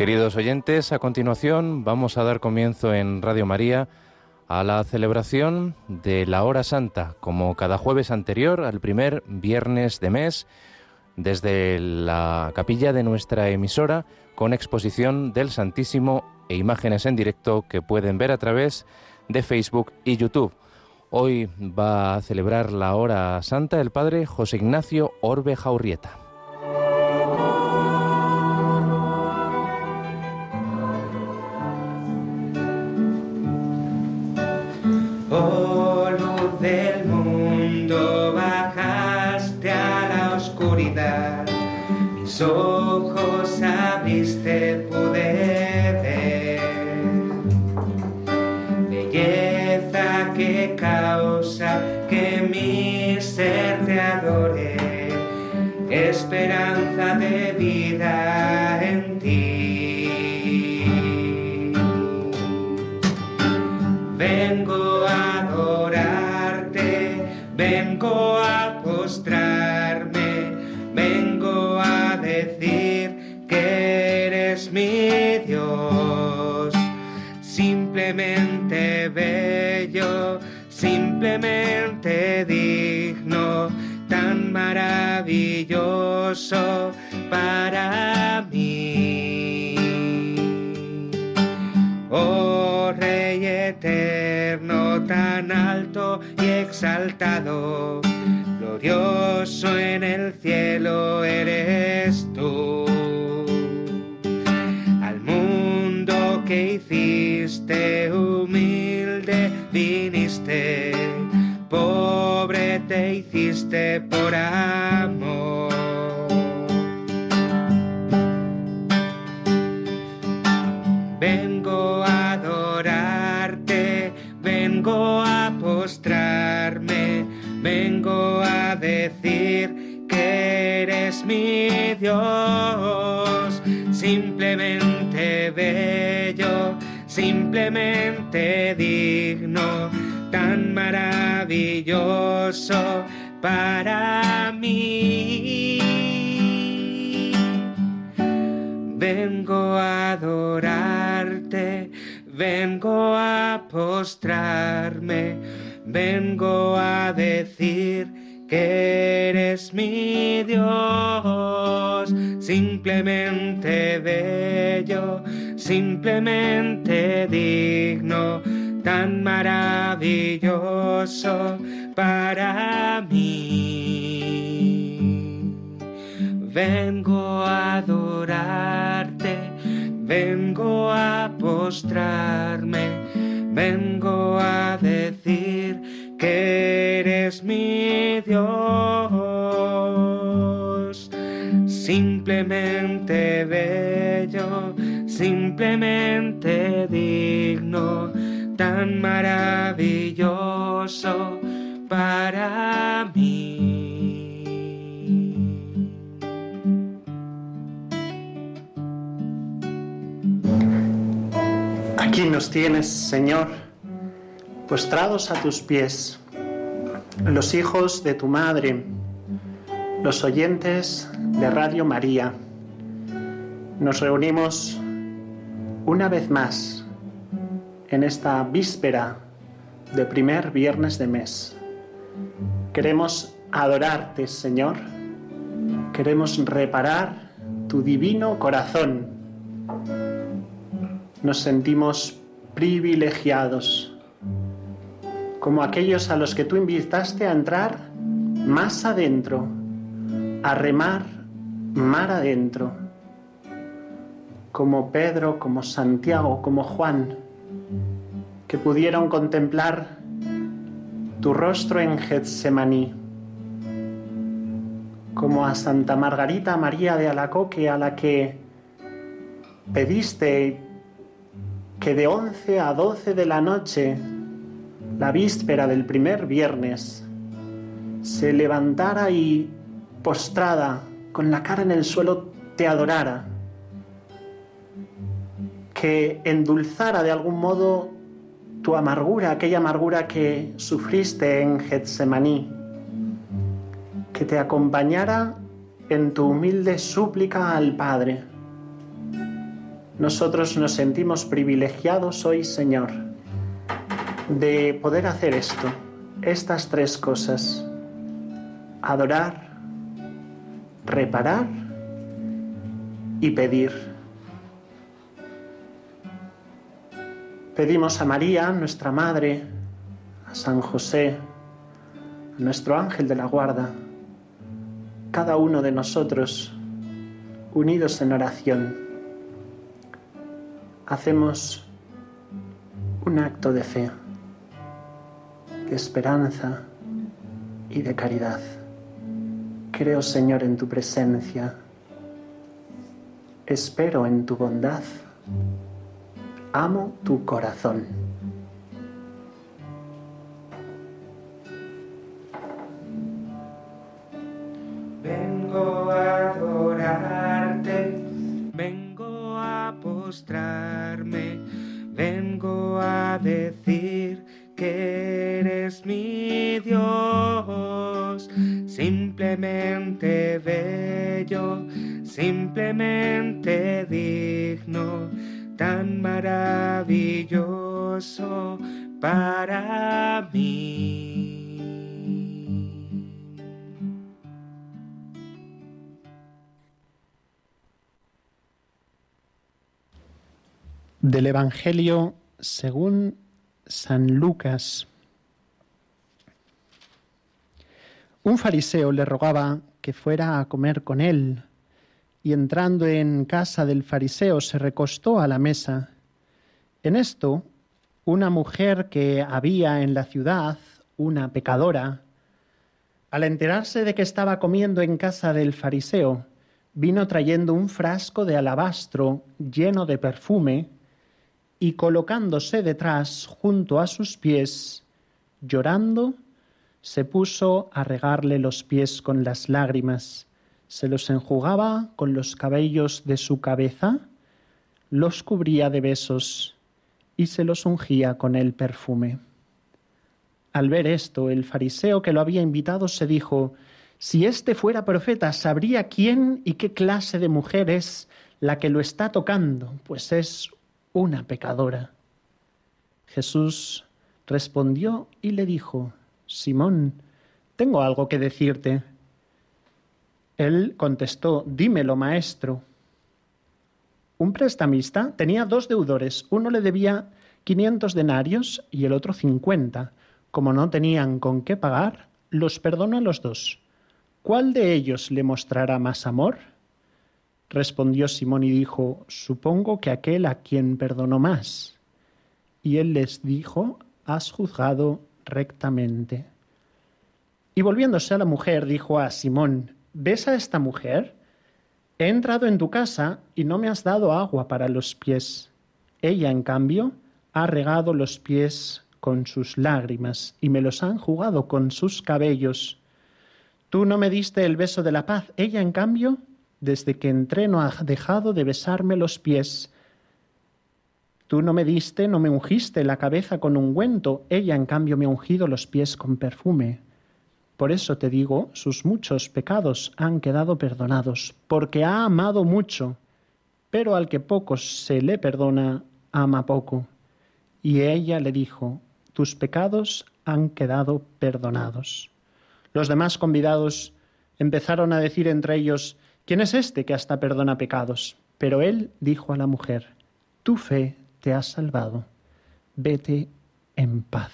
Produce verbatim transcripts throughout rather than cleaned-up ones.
Queridos oyentes, a continuación vamos a dar comienzo en Radio María a la celebración de la Hora Santa, como cada jueves anterior al primer viernes de mes, desde la capilla de nuestra emisora, con exposición del Santísimo e imágenes en directo que pueden ver a través de Facebook y YouTube. Hoy va a celebrar la Hora Santa el Padre José Ignacio Orbe Jaurrieta. Oh, luz del mundo, bajaste a la oscuridad, mis ojos abriste, pude ver belleza que causa que mi ser te adore, esperanza de vida en ti. Vengo a adorarte, vengo a postrarme, vengo a decir que eres mi Dios, simplemente bello, simplemente digno, tan maravilloso para mí. Oh Rey eterno, tan alto y exaltado, glorioso en el cielo eres tú. Al mundo que hiciste humilde viniste, pobre te hiciste por amor. Vengo a adorarte, vengo a postrarme, vengo a decir que eres mi Dios, simplemente bello, simplemente digno, tan maravilloso para mí. Vengo a adorarte, vengo a postrarme, vengo a decir que eres mi Dios, simplemente bello, simplemente digno, tan maravilloso para mí. Vengo a adorarte, vengo a postrarme, vengo a decir que eres mi Dios, simplemente bello, simplemente digno, tan maravilloso para mí. Aquí nos tienes, Señor, postrados a tus pies, los hijos de tu Madre, los oyentes de Radio María. Nos reunimos una vez más en esta víspera de primer viernes de mes. Queremos adorarte, Señor. Queremos reparar tu divino corazón. Nos sentimos privilegiados, como aquellos a los que tú invitaste a entrar más adentro, a remar mar adentro, como Pedro, como Santiago, como Juan, que pudieron contemplar tu rostro en Getsemaní, como a Santa Margarita María de Alacoque, a la que pediste que de once a doce de la noche, la víspera del primer viernes, se levantara y, postrada, con la cara en el suelo, te adorara, que endulzara de algún modo tu amargura, aquella amargura que sufriste en Getsemaní, que te acompañara en tu humilde súplica al Padre. nosotros nos sentimos privilegiados hoy, Señor, de poder hacer esto, estas tres cosas: adorar, reparar y pedir. Pedimos a María, nuestra Madre, a San José, a nuestro ángel de la guarda, cada uno de nosotros, unidos en oración, hacemos un acto de fe, de esperanza y de caridad. Creo, Señor, en tu presencia. Espero en tu bondad. Amo tu corazón. Vengo a adorarte, vengo a postrarme, vengo a decir que eres mi Dios, simplemente bello, simplemente digno, tan maravilloso para mí. Del Evangelio según San Lucas. Un fariseo le rogaba que fuera a comer con él, y entrando en casa del fariseo se recostó a la mesa. En esto, una mujer que había en la ciudad, una pecadora, al enterarse de que estaba comiendo en casa del fariseo, vino trayendo un frasco de alabastro lleno de perfume, y colocándose detrás junto a sus pies, llorando, se puso a regarle los pies con las lágrimas, se los enjugaba con los cabellos de su cabeza, los cubría de besos y se los ungía con el perfume. Al ver esto, el fariseo que lo había invitado se dijo: si éste fuera profeta, sabría quién y qué clase de mujer es la que lo está tocando, pues es una pecadora. Jesús respondió y le dijo: Simón, tengo algo que decirte. Él contestó: dímelo, maestro. Un prestamista tenía dos deudores. Uno le debía quinientos denarios y el otro cincuenta. Como no tenían con qué pagar, los perdonó a los dos. ¿Cuál de ellos le mostrará más amor? Respondió Simón y dijo: supongo que aquel a quien perdonó más. Y él les dijo: has juzgado rectamente. Y volviéndose a la mujer, dijo a Simón: ¿ves a esta mujer? He entrado en tu casa y no me has dado agua para los pies. Ella, en cambio, ha regado los pies con sus lágrimas y me los ha enjugado con sus cabellos. Tú no me diste el beso de la paz. Ella, en cambio, desde que entré no ha dejado de besarme los pies. Tú no me diste, no me ungiste la cabeza con ungüento. Ella, en cambio, me ha ungido los pies con perfume. Por eso te digo, sus muchos pecados han quedado perdonados, porque ha amado mucho. Pero al que poco se le perdona, ama poco. Y ella le dijo: tus pecados han quedado perdonados. Los demás convidados empezaron a decir entre ellos: ¿quién es este que hasta perdona pecados? Pero él dijo a la mujer: tu fe te ha salvado. Vete en paz.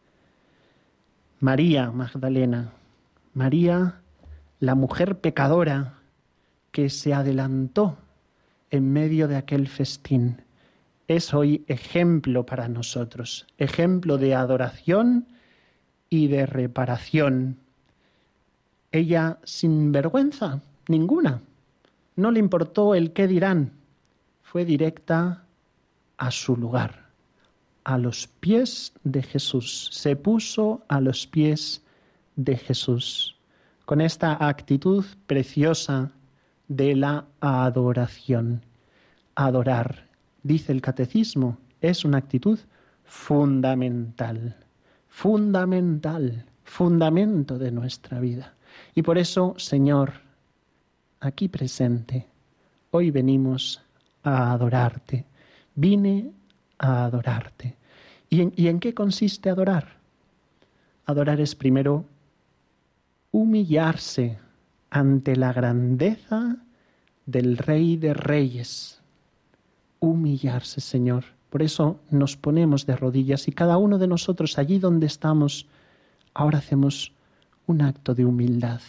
María Magdalena, María, la mujer pecadora que se adelantó en medio de aquel festín, es hoy ejemplo para nosotros, ejemplo de adoración y de reparación. Ella, sin vergüenza ninguna, no le importó el qué dirán, fue directa a su lugar, a los pies de Jesús, se puso a los pies de Jesús, con esta actitud preciosa de la adoración. Adorar, dice el Catecismo, es una actitud fundamental, fundamental, fundamento de nuestra vida. Y por eso, Señor, aquí presente, hoy venimos a adorarte. Vine a adorarte. ¿Y en, ¿Y en qué consiste adorar? Adorar es primero humillarse ante la grandeza del Rey de Reyes. Humillarse, Señor. Por eso nos ponemos de rodillas y cada uno de nosotros allí donde estamos, ahora hacemos un acto de humildad.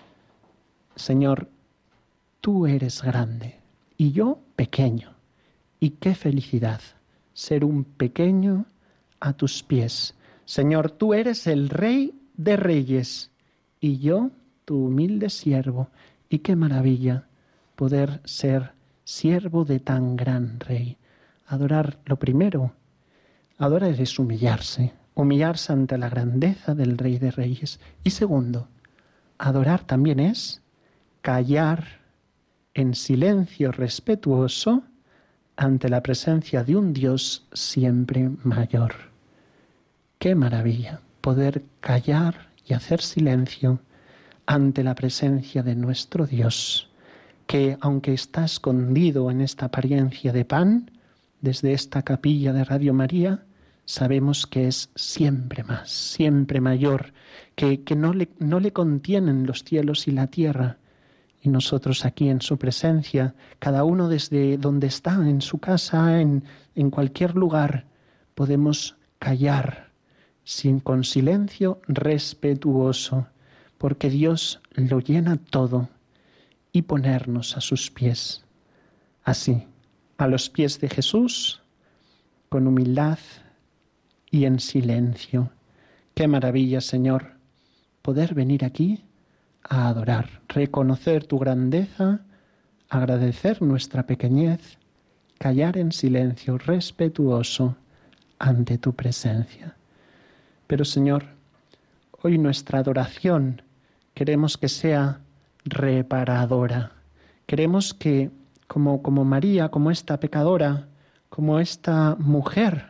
Señor, tú eres grande y yo pequeño. Y qué felicidad ser un pequeño a tus pies. Señor, tú eres el Rey de Reyes y yo tu humilde siervo. Y qué maravilla poder ser siervo de tan gran Rey. Adorar, lo primero, adorar es humillarse, humillarse ante la grandeza del Rey de Reyes. Y segundo, adorar también es callar en silencio respetuoso ante la presencia de un Dios siempre mayor. ¡Qué maravilla! Poder callar y hacer silencio ante la presencia de nuestro Dios, que aunque está escondido en esta apariencia de pan, desde esta capilla de Radio María, sabemos que es siempre más, siempre mayor, que, que no le, no le contienen los cielos y la tierra. Y nosotros aquí en su presencia, cada uno desde donde está, en su casa, en, en cualquier lugar, podemos callar sin, con silencio respetuoso, porque Dios lo llena todo, y ponernos a sus pies. Así, a los pies de Jesús, con humildad y en silencio. Qué maravilla, Señor, poder venir aquí a adorar, reconocer tu grandeza, agradecer nuestra pequeñez, callar en silencio respetuoso ante tu presencia. Pero, Señor, hoy nuestra adoración queremos que sea reparadora. Queremos que, como, como María, como esta pecadora, como esta mujer,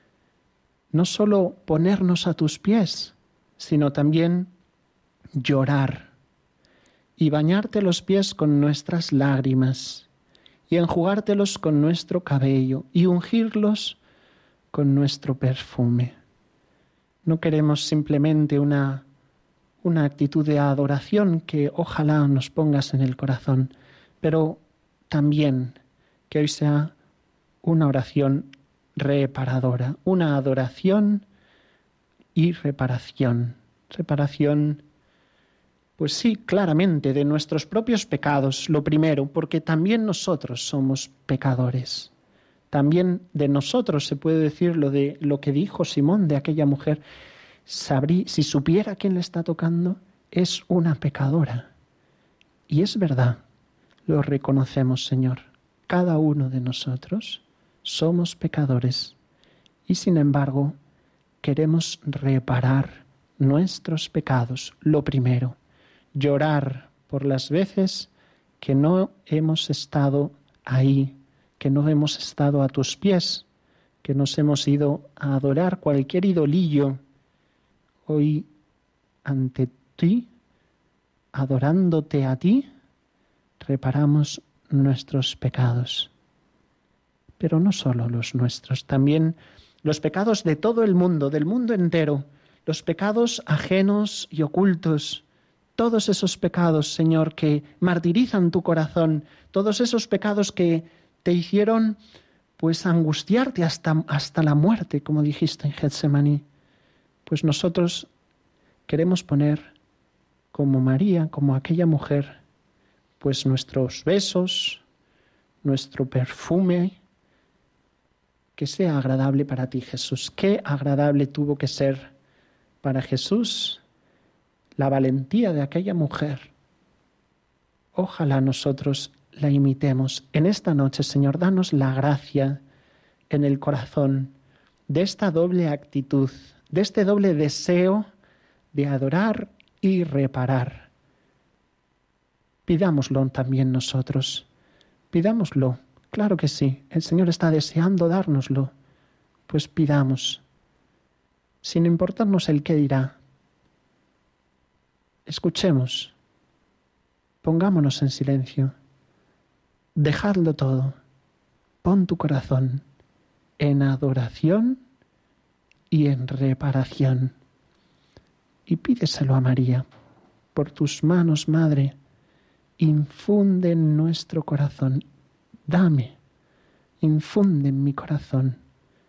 no solo ponernos a tus pies, sino también llorar y bañarte los pies con nuestras lágrimas y enjugártelos con nuestro cabello y ungirlos con nuestro perfume. No queremos simplemente una, una actitud de adoración que ojalá nos pongas en el corazón, pero también que hoy sea una oración reparadora, una adoración y reparación. Reparación, pues sí, claramente, de nuestros propios pecados, lo primero, porque también nosotros somos pecadores. También de nosotros se puede decir lo de lo que dijo Simón de aquella mujer. Sabrí, si supiera quién le está tocando, es una pecadora. Y es verdad, lo reconocemos, Señor. Cada uno de nosotros somos pecadores y, sin embargo, queremos reparar nuestros pecados. Lo primero, llorar por las veces que no hemos estado ahí, que no hemos estado a tus pies, que nos hemos ido a adorar cualquier idolillo. Hoy, ante ti, adorándote a ti, reparamos nuestros pecados. Pero no solo los nuestros, también los pecados de todo el mundo, del mundo entero, los pecados ajenos y ocultos, todos esos pecados, Señor, que martirizan tu corazón, todos esos pecados que te hicieron pues angustiarte hasta, hasta la muerte, como dijiste en Getsemaní. Pues nosotros queremos poner, como María, como aquella mujer, pues nuestros besos, nuestro perfume, que sea agradable para ti, Jesús. Qué agradable tuvo que ser para Jesús la valentía de aquella mujer. Ojalá nosotros la imitemos. En esta noche, Señor, danos la gracia en el corazón de esta doble actitud, de este doble deseo de adorar y reparar. Pidámoslo también nosotros. Pidámoslo. Claro que sí. El Señor está deseando dárnoslo. Pues pidamos, sin importarnos el qué dirá. Escuchemos. Pongámonos en silencio. Dejadlo todo Pon tu corazón en adoración y en reparación. Y pídeselo a María. Por tus manos, Madre, infunde en nuestro corazón. Dame, infunde en mi corazón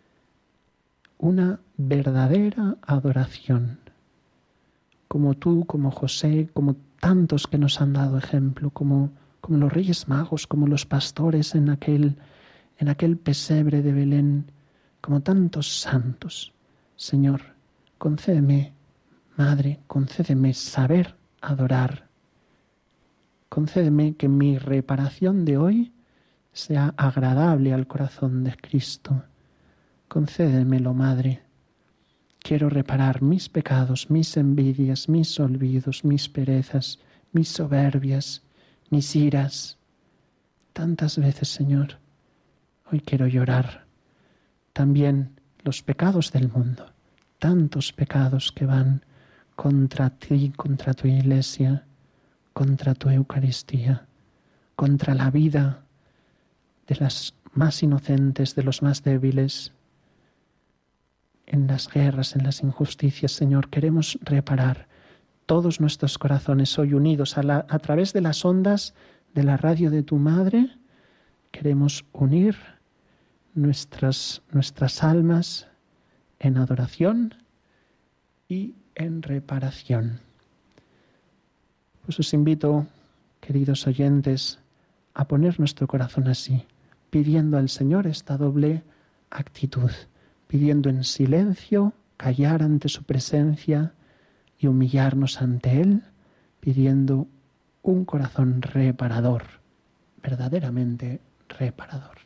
una verdadera adoración. Como tú, como José, como tantos que nos han dado ejemplo, como, como los Reyes Magos, como los pastores en aquel, en aquel pesebre de Belén, como tantos santos. Señor, concédeme, Madre, concédeme saber adorar. Concédeme que mi reparación de hoy sea agradable al corazón de Cristo. Concédemelo, Madre. Quiero reparar mis pecados, mis envidias, mis olvidos, mis perezas, mis soberbias, mis iras. Tantas veces, Señor, hoy quiero llorar. También los pecados del mundo, tantos pecados que van contra ti, contra tu Iglesia, contra tu Eucaristía, contra la vida de las más inocentes, de los más débiles. En las guerras, en las injusticias, Señor, queremos reparar todos nuestros corazones hoy unidos a, la, a través de las ondas de la radio de tu Madre. Queremos unir nuestras, nuestras almas en adoración y en reparación. Pues os invito, queridos oyentes, a poner nuestro corazón así, pidiendo al Señor esta doble actitud, pidiendo en silencio, callar ante su presencia y humillarnos ante Él, pidiendo un corazón reparador, verdaderamente reparador.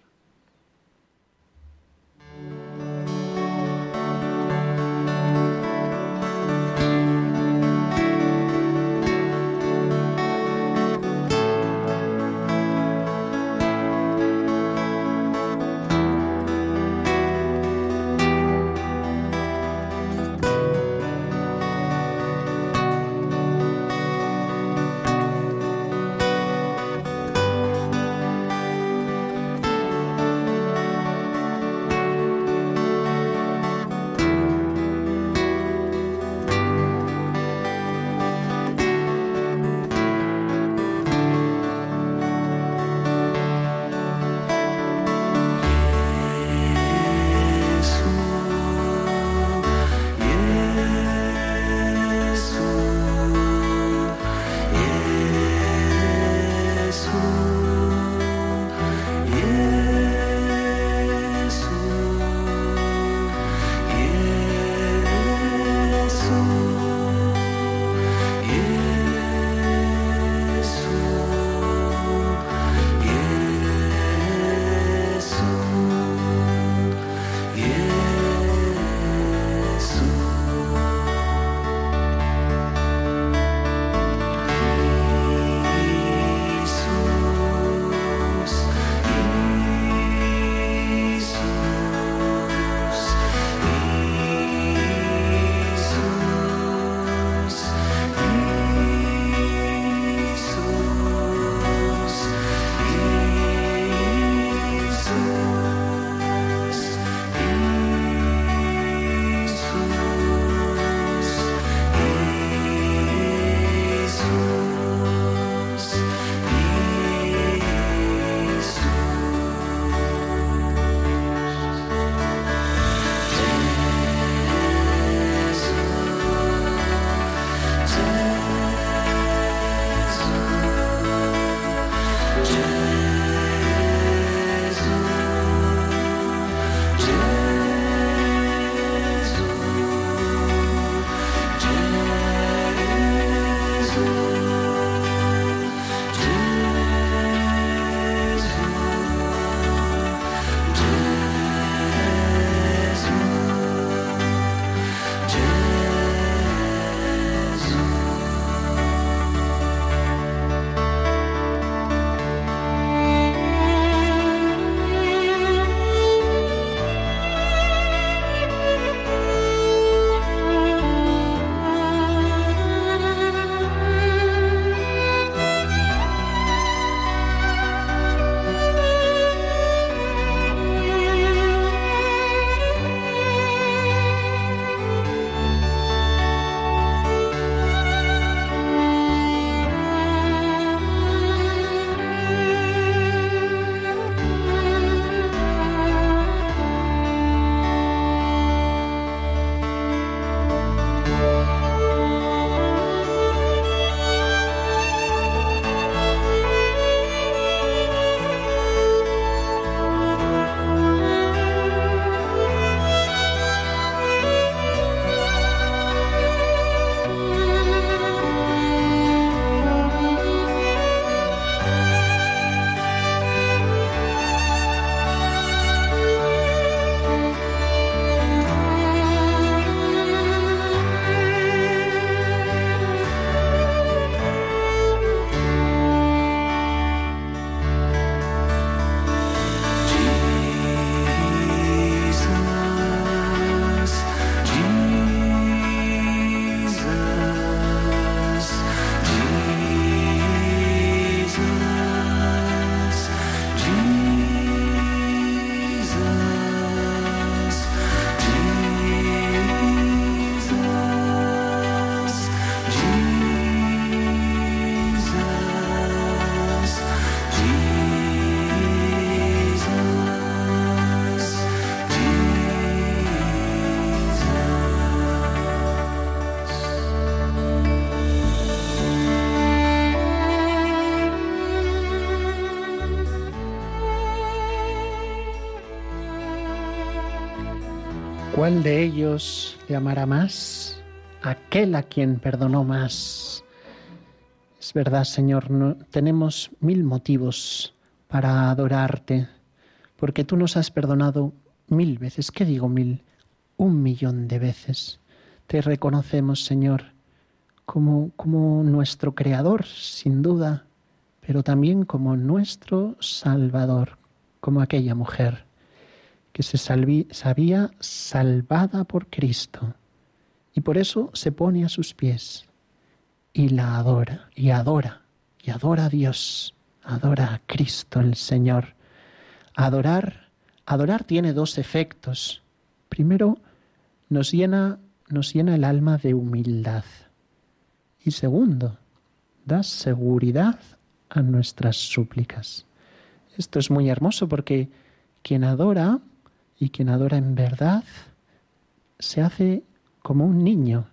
¿Cuál de ellos le amará más? Aquel a quien perdonó más. Es verdad, Señor, no, tenemos mil motivos para adorarte, porque tú nos has perdonado mil veces. ¿Qué digo mil? Un millón de veces. Te reconocemos, Señor, como, como nuestro Creador, sin duda, pero también como nuestro Salvador, como aquella mujer que se salví, sabía salvada por Cristo, y por eso se pone a sus pies y la adora, y adora, y adora a Dios, adora a Cristo el Señor. Adorar, adorar tiene dos efectos. Primero, nos llena, nos llena el alma de humildad. Y segundo, da seguridad a nuestras súplicas. Esto es muy hermoso porque quien adora, y quien adora en verdad, se hace como un niño.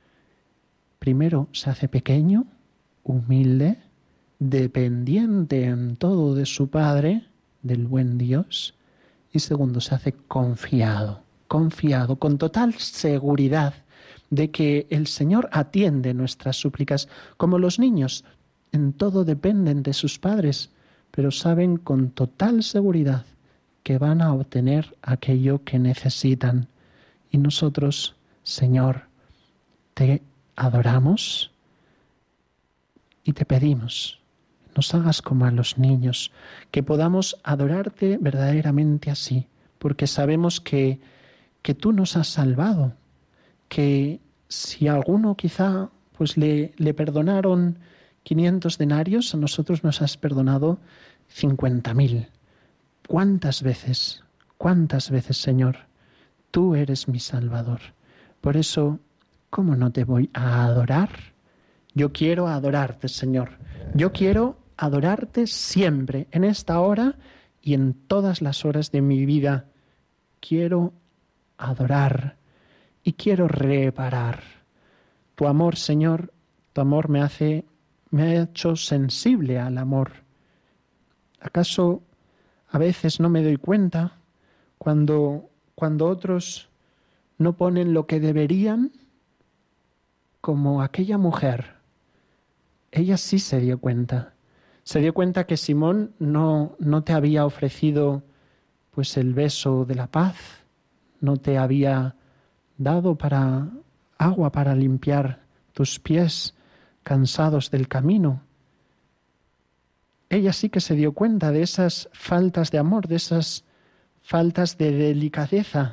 Primero se hace pequeño, humilde, dependiente en todo de su Padre, del buen Dios. Y segundo, se hace confiado, confiado, con total seguridad de que el Señor atiende nuestras súplicas. Como los niños, en todo dependen de sus padres, pero saben con total seguridad que van a obtener aquello que necesitan. Y nosotros, Señor, te adoramos y te pedimos, nos hagas como a los niños, que podamos adorarte verdaderamente así, porque sabemos que, que tú nos has salvado, que si a alguno quizá pues le, le perdonaron quinientos denarios, a nosotros nos has perdonado cincuenta mil. ¿Cuántas veces, cuántas veces, Señor, tú eres mi Salvador? Por eso, ¿cómo no te voy a adorar? Yo quiero adorarte, Señor. Yo quiero adorarte siempre, en esta hora y en todas las horas de mi vida. Quiero adorar y quiero reparar. Tu amor, Señor, tu amor me hace, me ha hecho sensible al amor. ¿Acaso a veces no me doy cuenta cuando, cuando otros no ponen lo que deberían? Como aquella mujer, ella sí se dio cuenta. Se dio cuenta que Simón no, no te había ofrecido pues el beso de la paz, no te había dado para agua para limpiar tus pies cansados del camino. Ella sí que se dio cuenta de esas faltas de amor, de esas faltas de delicadeza.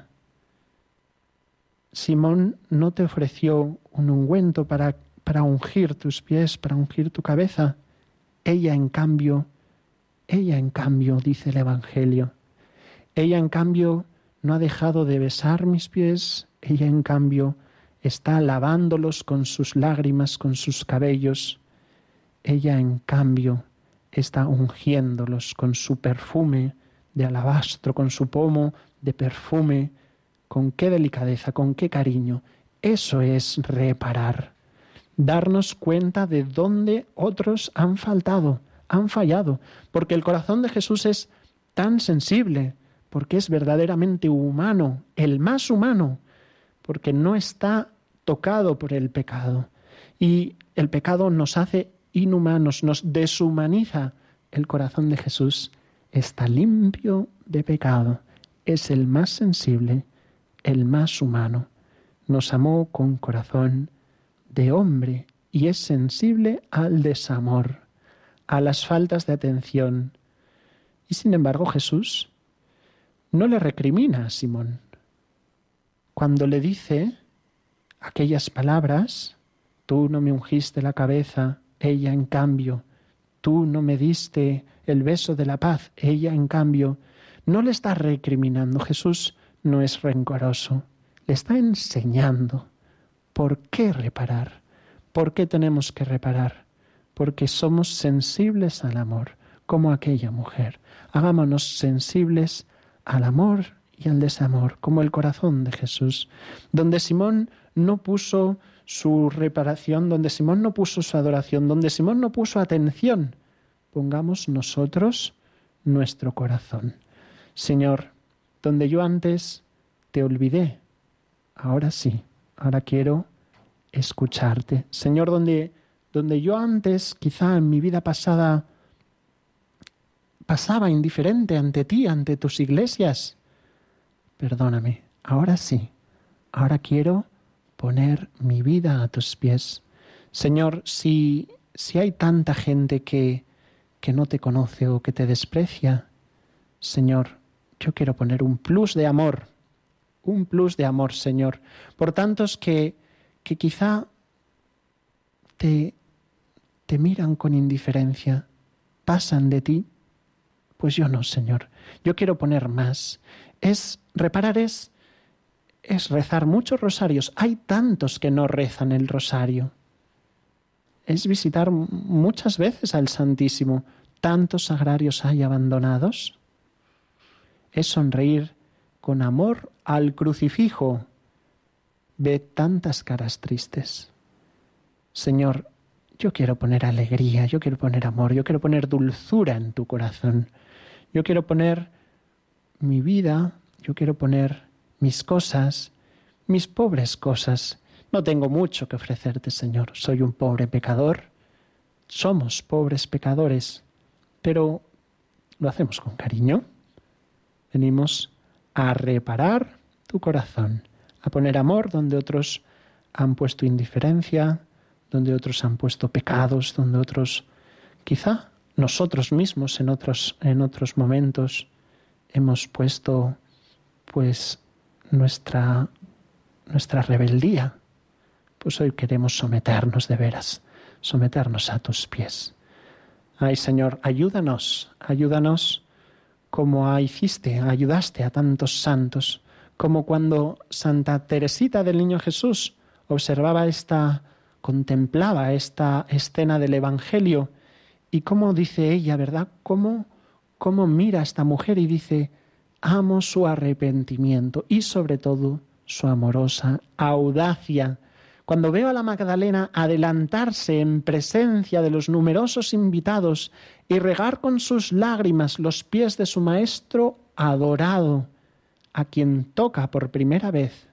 Simón no te ofreció un ungüento para, para ungir tus pies, para ungir tu cabeza. Ella, en cambio, ella, en cambio, dice el Evangelio, ella, en cambio, no ha dejado de besar mis pies, ella, en cambio, está lavándolos con sus lágrimas, con sus cabellos. Ella, en cambio, está ungiéndolos con su perfume de alabastro, con su pomo de perfume. Con qué delicadeza, con qué cariño. Eso es reparar. Darnos cuenta de dónde otros han faltado, han fallado. Porque el corazón de Jesús es tan sensible, porque es verdaderamente humano, el más humano, porque no está tocado por el pecado. Y el pecado nos hace inhumanos, nos deshumaniza. El corazón de Jesús está limpio de pecado, es el más sensible, el más humano. Nos amó con corazón de hombre y es sensible al desamor, a las faltas de atención. Y sin embargo Jesús no le recrimina a Simón. Cuando le dice aquellas palabras, tú no me ungiste la cabeza, ella en cambio, tú no me diste el beso de la paz, ella en cambio, no le está recriminando. Jesús no es rencoroso, le está enseñando por qué reparar, por qué tenemos que reparar, porque somos sensibles al amor, como aquella mujer. Hagámonos sensibles al amor y al desamor, como el corazón de Jesús, donde Simón no puso su reparación, donde Simón no puso su adoración, donde Simón no puso atención. Pongamos nosotros nuestro corazón. Señor, donde yo antes te olvidé, ahora sí, ahora quiero escucharte. Señor, donde, donde yo antes, quizá en mi vida pasada, pasaba indiferente ante ti, ante tus iglesias, perdóname, ahora sí, ahora quiero poner mi vida a tus pies. Señor, si, si hay tanta gente que, que no te conoce o que te desprecia, Señor, yo quiero poner un plus de amor, un plus de amor, Señor, por tantos que, que quizá te, te miran con indiferencia, pasan de ti. Pues yo no, Señor. Yo quiero poner más. Es reparar, es, es rezar muchos rosarios. Hay tantos que no rezan el rosario. Es visitar muchas veces al Santísimo. Tantos sagrarios hay abandonados. Es sonreír con amor al crucifijo. Ve tantas caras tristes. Señor, yo quiero poner alegría, yo quiero poner amor, yo quiero poner dulzura en tu corazón. Yo quiero poner mi vida, yo quiero poner mis cosas, mis pobres cosas. No tengo mucho que ofrecerte, Señor. Soy un pobre pecador. Somos pobres pecadores, pero lo hacemos con cariño. Venimos a reparar tu corazón, a poner amor donde otros han puesto indiferencia, donde otros han puesto pecados, donde otros, quizá nosotros mismos en otros, en otros momentos hemos puesto pues nuestra, nuestra rebeldía. Pues hoy queremos someternos de veras, someternos a tus pies. Ay, Señor, ayúdanos, ayúdanos como hiciste, ayudaste a tantos santos, como cuando Santa Teresita del Niño Jesús observaba esta, contemplaba esta escena del Evangelio y cómo dice ella, ¿verdad? Cómo, cómo mira a esta mujer y dice, amo su arrepentimiento y sobre todo su amorosa audacia. Cuando veo a la Magdalena adelantarse en presencia de los numerosos invitados y regar con sus lágrimas los pies de su maestro adorado, a quien toca por primera vez,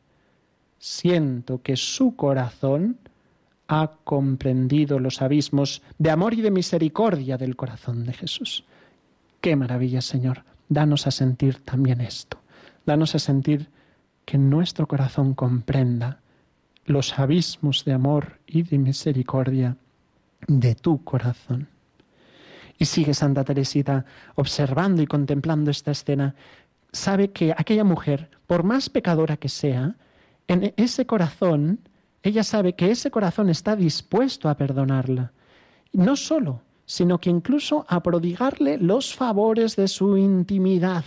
siento que su corazón ha comprendido los abismos de amor y de misericordia del corazón de Jesús. ¡Qué maravilla, Señor! Danos a sentir también esto. Danos a sentir que nuestro corazón comprenda los abismos de amor y de misericordia de tu corazón. Y sigue Santa Teresita observando y contemplando esta escena. Sabe que aquella mujer, por más pecadora que sea, en ese corazón, ella sabe que ese corazón está dispuesto a perdonarla. No solo, sino que incluso a prodigarle los favores de su intimidad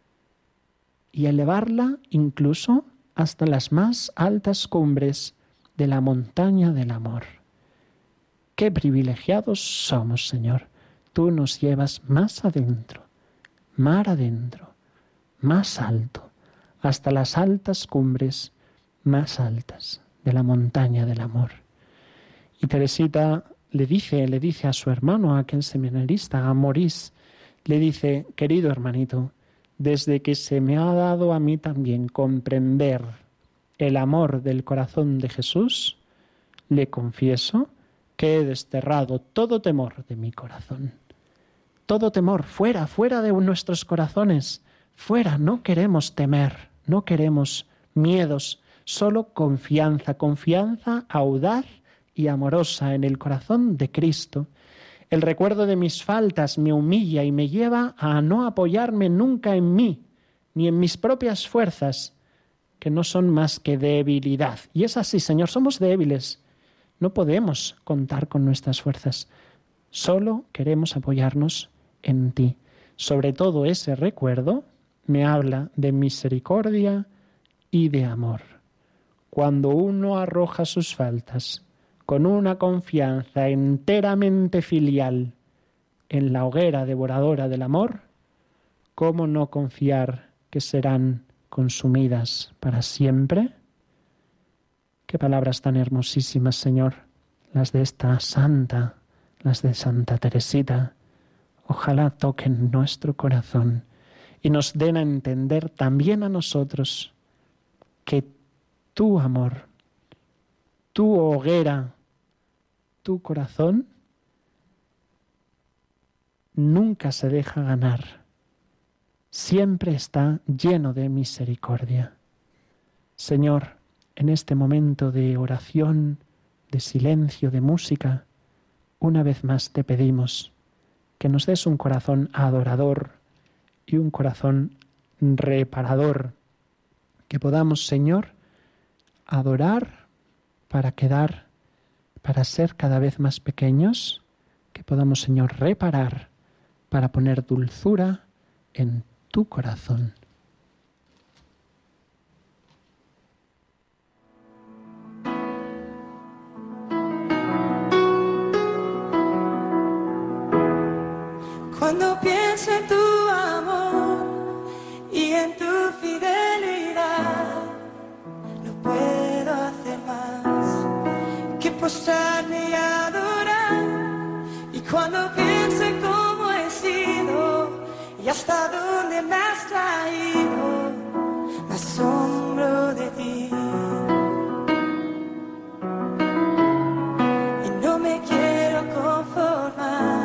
y elevarla incluso hasta las más altas cumbres de la montaña del amor. ¡Qué privilegiados somos, Señor! Tú nos llevas más adentro, mar adentro, más alto, hasta las altas cumbres más altas de la montaña del amor. Y Teresita le dice, le dice a su hermano, a aquel seminarista, a Maurice, le dice, querido hermanito, desde que se me ha dado a mí también comprender el amor del corazón de Jesús, le confieso que he desterrado todo temor de mi corazón. Todo temor, fuera, fuera de nuestros corazones, fuera, no queremos temer, no queremos miedos, solo confianza, confianza audaz y amorosa en el corazón de Cristo. El recuerdo de mis faltas me humilla y me lleva a no apoyarme nunca en mí, ni en mis propias fuerzas, que no son más que debilidad. Y es así, Señor, somos débiles. No podemos contar con nuestras fuerzas. Solo queremos apoyarnos en ti. Sobre todo ese recuerdo me habla de misericordia y de amor. Cuando uno arroja sus faltas con una confianza enteramente filial en la hoguera devoradora del amor, ¿cómo no confiar que serán consumidas para siempre? Qué palabras tan hermosísimas, Señor, las de esta santa, las de Santa Teresita. Ojalá toquen nuestro corazón y nos den a entender también a nosotros que tu amor, tu hoguera, tu corazón nunca se deja ganar. Siempre está lleno de misericordia. Señor, en este momento de oración, de silencio, de música, una vez más te pedimos que nos des un corazón adorador y un corazón reparador, que podamos, Señor, adorar para quedar, para ser cada vez más pequeños, que podamos, Señor, reparar para poner dulzura en tu corazón. Cuando pienso en tu amor y en tu fidelidad, no puedo hacer más que postrarme y adorar. Y cuando pienso en cómo he sido y hasta dónde me has traído, me asombro de ti. Y no me quiero conformar.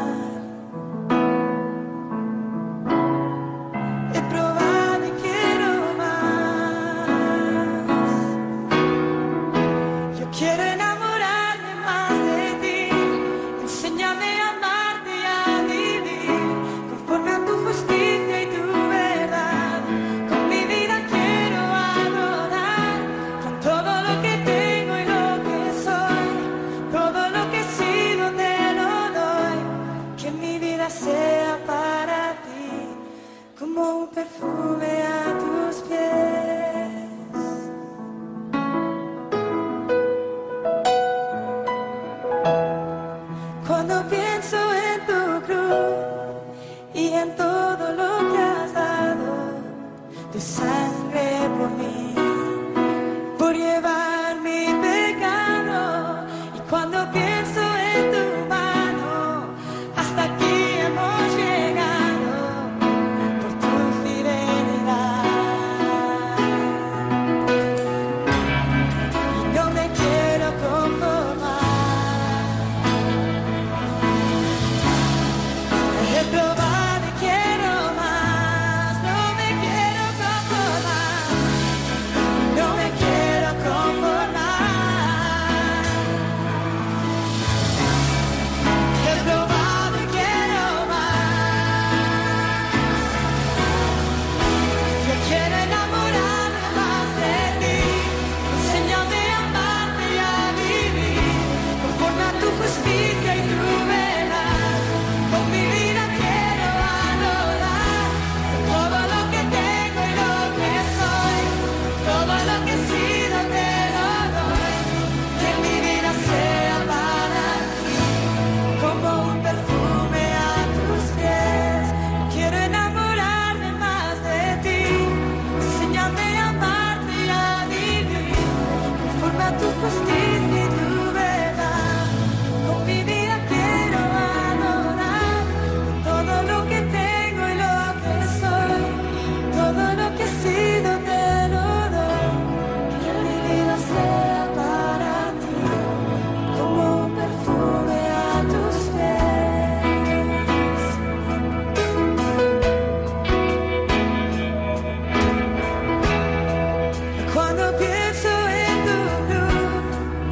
Quiero enamorarme más de ti, enséñame a amarte y a vivir conforme a tu justicia y tu verdad. Con mi vida quiero adorar, con todo lo que tengo y lo que soy, todo lo que he sido te lo doy. Que mi vida sea para ti como un perfume a tus pies. Cuando pienso en tu cruz y en todo lo que has dado, tu sangre por mí, por llevar mi pecado. Y cuando pienso en tu mano, hasta aquí hemos llegado por tu fidelidad. Y no me quiero conformar. He probado y quiero más, no me quiero conformar, no me quiero conformar. He probado y quiero más, yo quiero enamorarme más de ti, enséñame a amarte y a vivir conforme a tu justicia y tu verdad. Con mi vida quiero adorar, todo lo que tengo y lo que soy, todo lo que he sido te lo doy. Que mi vida sea para ti como un perfume a tus pies. Quiero enamorarme más de ti, enséñame a amarte y a vivir conforme a tu justicia y tu verdad. Con mi vida quiero adorar, todo lo que tengo y lo que soy, todo lo que he sido te lo doy. Que mi vida sea para ti como un perfume a tus pies. Cuando pienso en tu cruz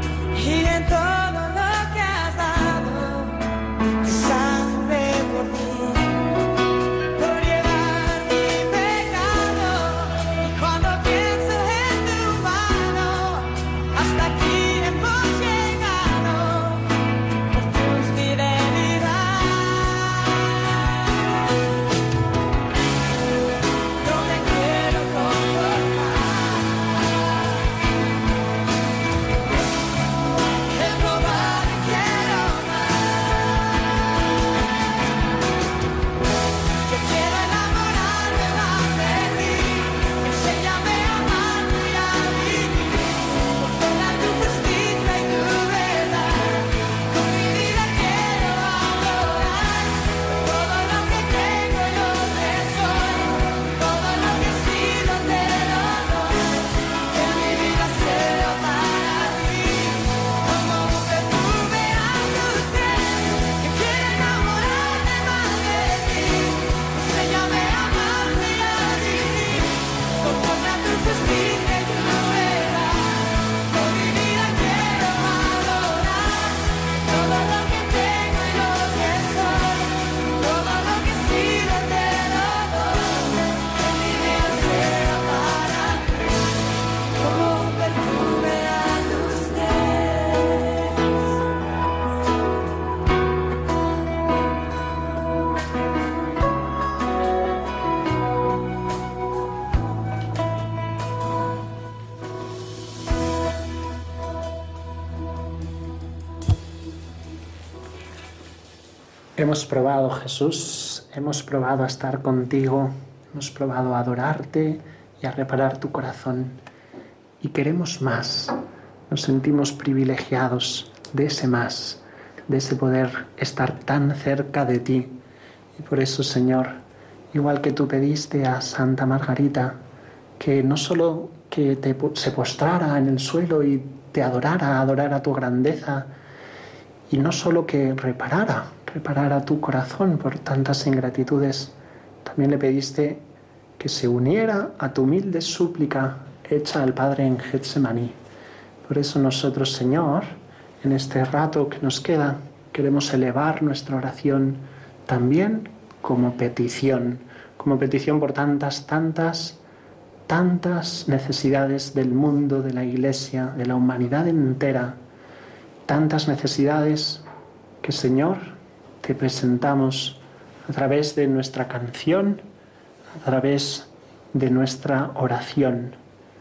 hemos probado, Jesús, hemos probado a estar contigo, hemos probado a adorarte y a reparar tu corazón. Y queremos más, nos sentimos privilegiados de ese más, de ese poder estar tan cerca de ti. Y por eso, Señor, igual que tú pediste a Santa Margarita, que no solo que te, se postrara en el suelo y te adorara, adorara tu grandeza, y no solo que reparara, reparara tu corazón por tantas ingratitudes, también le pediste que se uniera a tu humilde súplica hecha al Padre en Getsemaní. Por eso nosotros, Señor, en este rato que nos queda, queremos elevar nuestra oración también como petición, como petición por tantas, tantas, tantas necesidades del mundo, de la Iglesia, de la humanidad entera, tantas necesidades que, Señor, te presentamos a través de nuestra canción, a través de nuestra oración.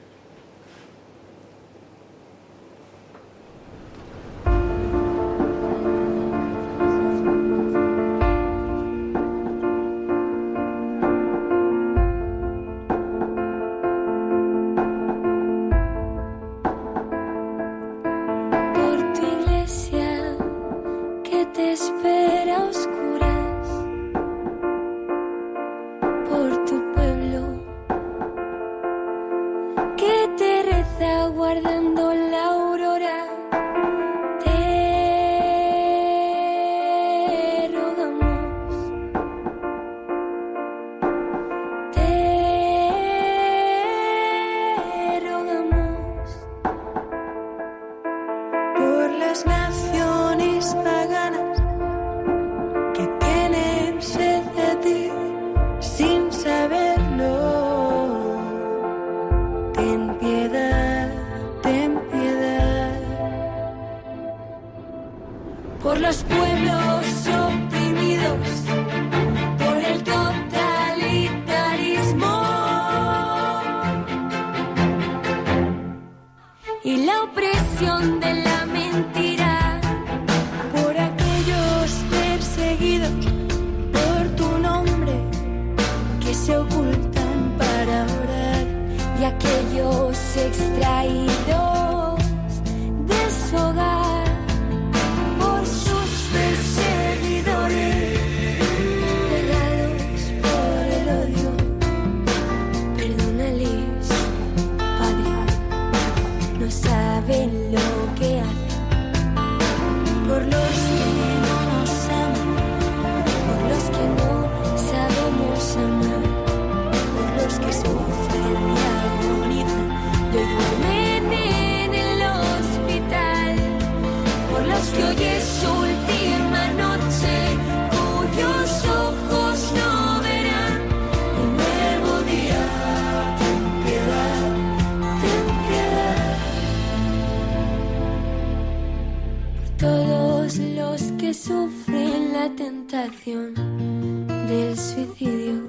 Del suicidio,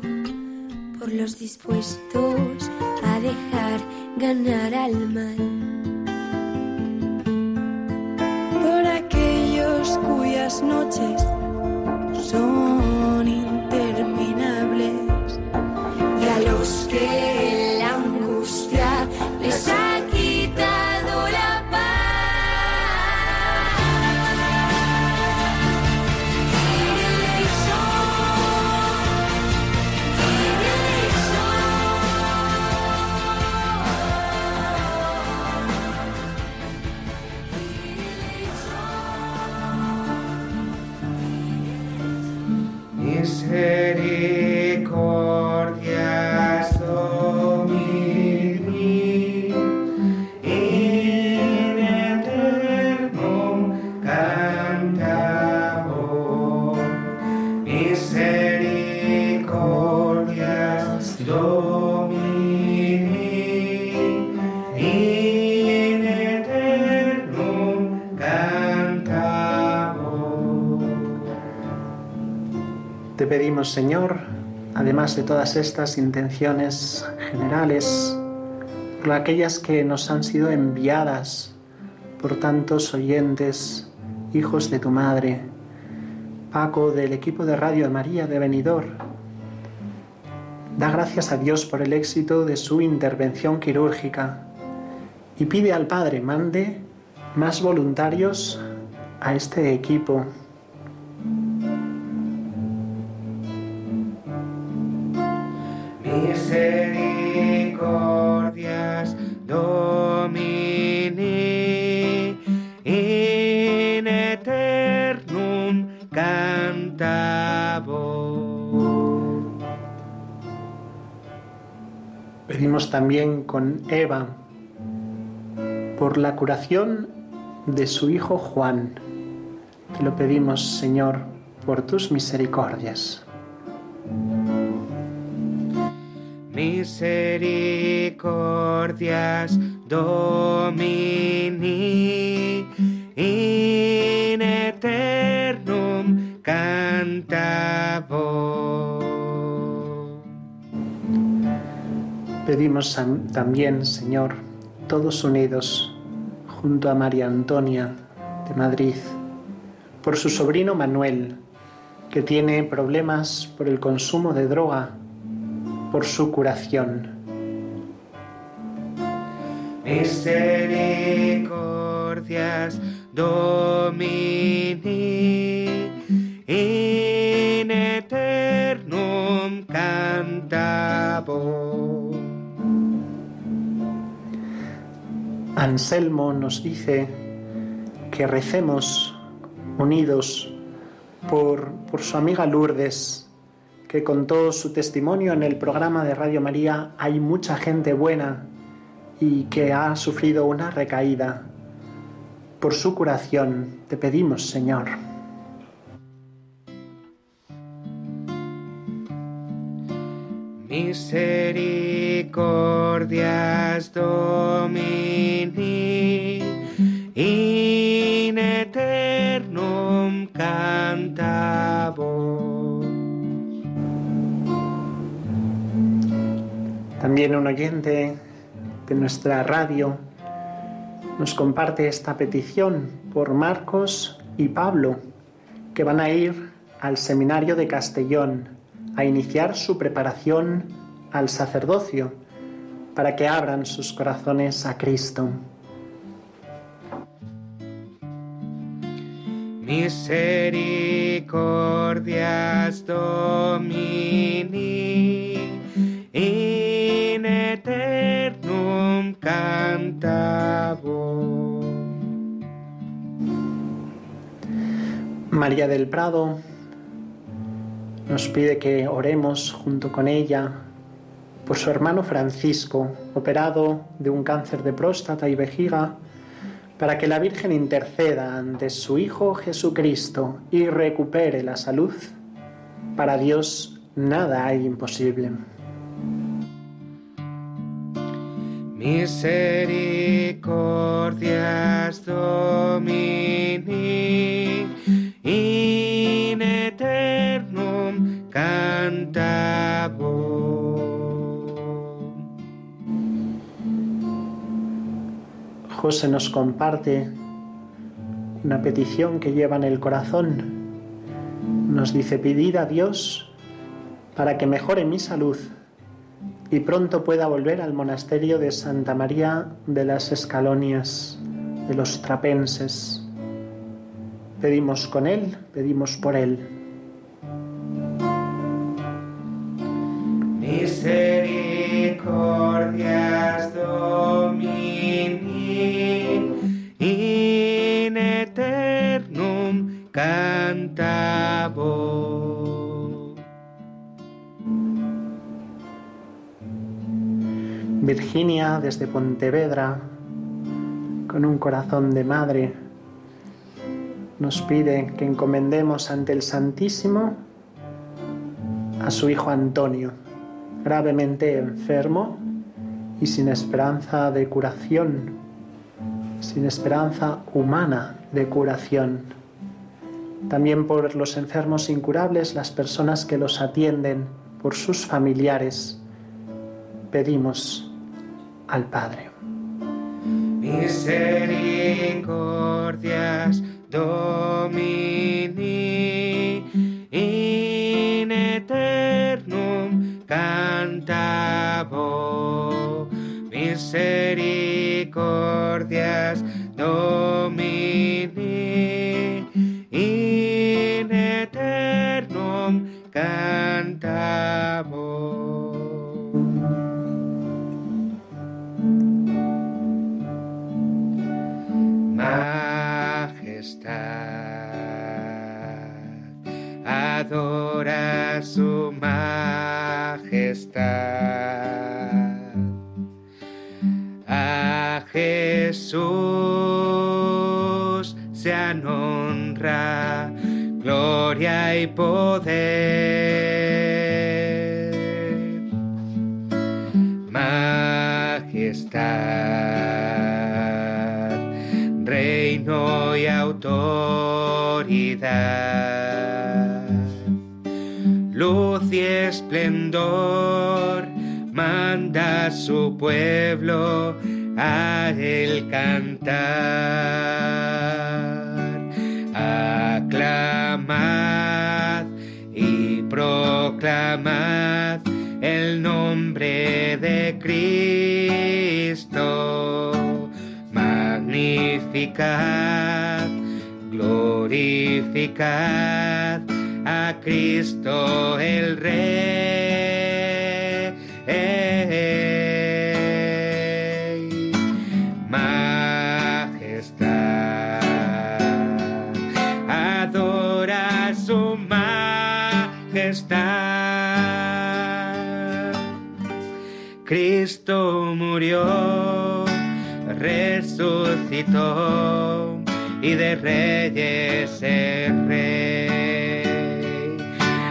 por los dispuestos a dejar ganar al mal, por aquellos cuyas noches son interminables y a los que la angustia les ha quitado la paz. Misericordias Domini in aeternum cantabo. Misericordias Domini in aeternum cantabo. Te pedimos, Señor, además de todas estas intenciones generales, por aquellas que nos han sido enviadas por tantos oyentes, hijos de tu Madre, Paco del equipo de Radio María de Benidorm da gracias a Dios por el éxito de su intervención quirúrgica y pide al Padre mande más voluntarios a este equipo. Misericordias Domini in aeternum cantabo. Pedimos también con Eva por la curación de su hijo Juan. Te lo pedimos, Señor, por tus misericordias. Misericordias Domini in aeternum cantabo. Pedimos también, Señor, todos unidos, junto a María Antonia de Madrid, por su sobrino Manuel, que tiene problemas por el consumo de droga, por su curación. Misericordias Domini in aeternum cantabo. Anselmo nos dice que recemos unidos por, por su amiga Lourdes, que contó su testimonio en el programa de Radio María Hay mucha gente buena y que ha sufrido una recaída. Por su curación te pedimos, Señor. Misericordias Domini in aeternum cantabo. También un oyente de nuestra radio nos comparte esta petición por Marcos y Pablo, que van a ir al seminario de Castellón a iniciar su preparación al sacerdocio para que abran sus corazones a Cristo. Misericordias Domini in aeternum cantabo. María del Prado nos pide que oremos junto con ella por su hermano Francisco, operado de un cáncer de próstata y vejiga, para que la Virgen interceda ante su Hijo Jesucristo y recupere la salud. Para Dios nada hay imposible. Misericordias Domini in aeternum cantabo. José nos comparte una petición que lleva en el corazón. Nos dice: pedid a Dios para que mejore mi salud y pronto pueda volver al monasterio de Santa María de las Escalonias, de los trapenses. Pedimos con él, pedimos por él. Misericordias Domini in aeternum cantabo. Virginia desde Pontevedra, con un corazón de madre, nos pide que encomendemos ante el Santísimo a su hijo Antonio, gravemente enfermo y sin esperanza de curación, sin esperanza humana de curación. También por los enfermos incurables, las personas que los atienden, por sus familiares, pedimos al Padre. Misericordias Domini misericordias Domini in aeternum cantabo. Majestad, adora su majestad. A Jesús sean honra, gloria y poder. Majestad, reino y autoridad, luz y esplendor, manda su pueblo a él cantar. Aclamad y proclamad el nombre de Cristo. Magnificad, glorificad a Cristo el Rey. Majestad, adora su majestad. Cristo murió, resucitó y de reyes es rey.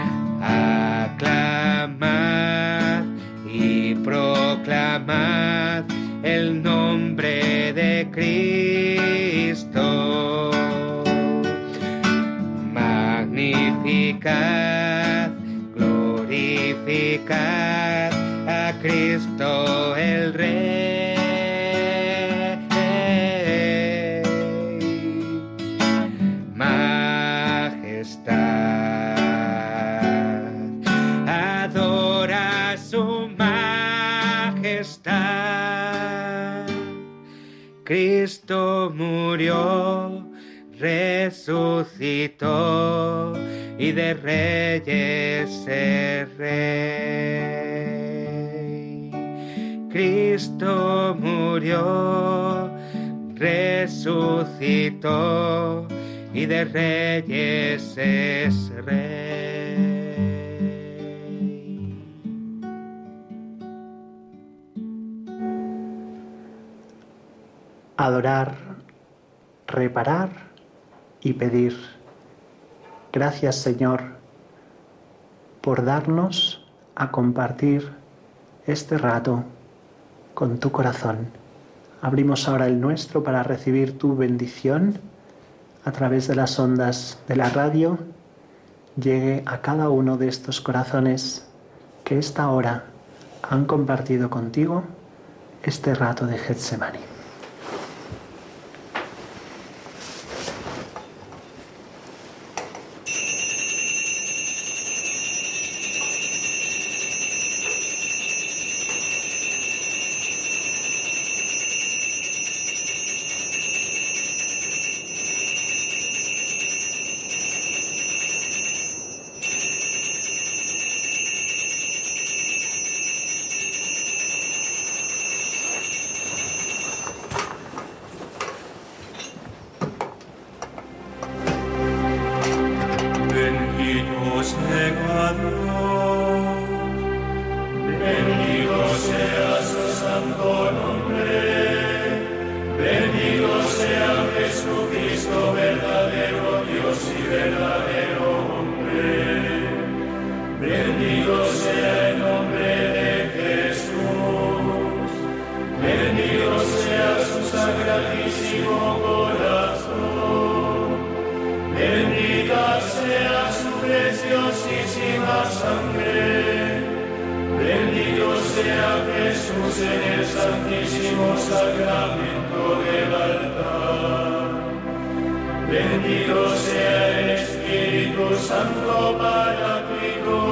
Aclamad y proclamad el nombre de Cristo. Magnificad, glorificad a Cristo el Rey. Adora su majestad. Cristo murió, resucitó y de reyes es rey. Cristo murió, resucitó y de reyes es rey. Adorar, reparar y pedir. Gracias, Señor, por darnos a compartir este rato con tu corazón. Abrimos ahora el nuestro para recibir tu bendición a través de las ondas de la radio. Llegue a cada uno de estos corazones que esta hora han compartido contigo este rato de Getsemaní.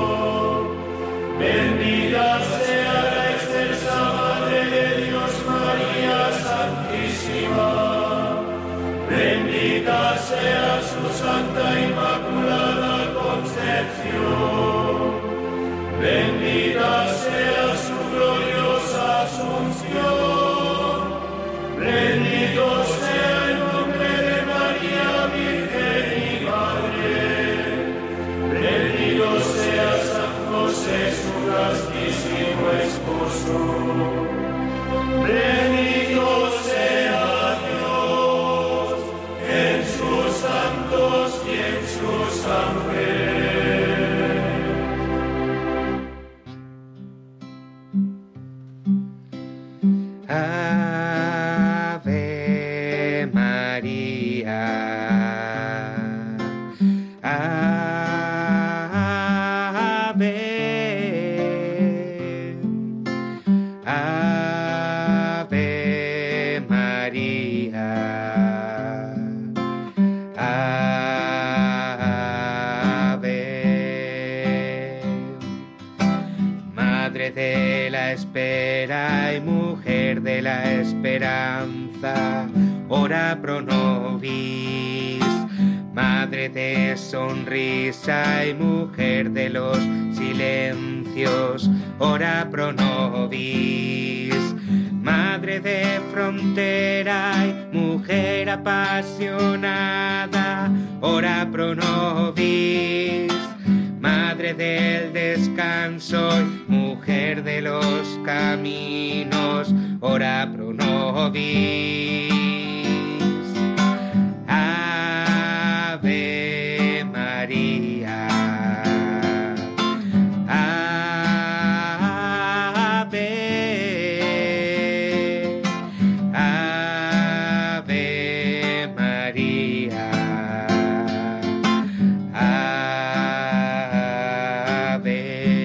Bendita sea la excelsa Madre de Dios, María. Bendita sea su Santa Inmaculada Concepción. Bendita sea su gloriosa Asunción. Bendito sea el nombre de María Virgen y Madre. Bendito sea San José, su castísimo esposo. Bendito sea Dios en sus santos y en sus ángeles. Ave María, Ave, Ave María, Ave, Madre de la espera y mujer de la esperanza, ora pro nobis. Madre de sonrisa y mujer de los silencios, ora pro nobis. Madre de frontera y mujer apasionada, ora pro nobis. Madre del descanso y mujer de los caminos, ora pro nobis. Ave María, Ave, Ave María, Ave.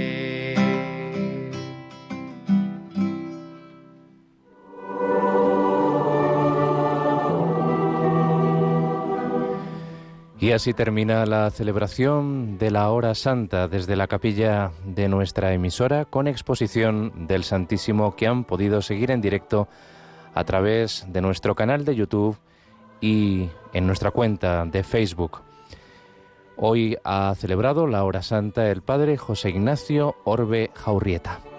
Y así termina la celebración de la Hora Santa desde la capilla de nuestra emisora, con exposición del Santísimo que han podido seguir en directo a través de nuestro canal de YouTube y en nuestra cuenta de Facebook. Hoy ha celebrado la Hora Santa el Padre José Ignacio Orbe Jaurrieta.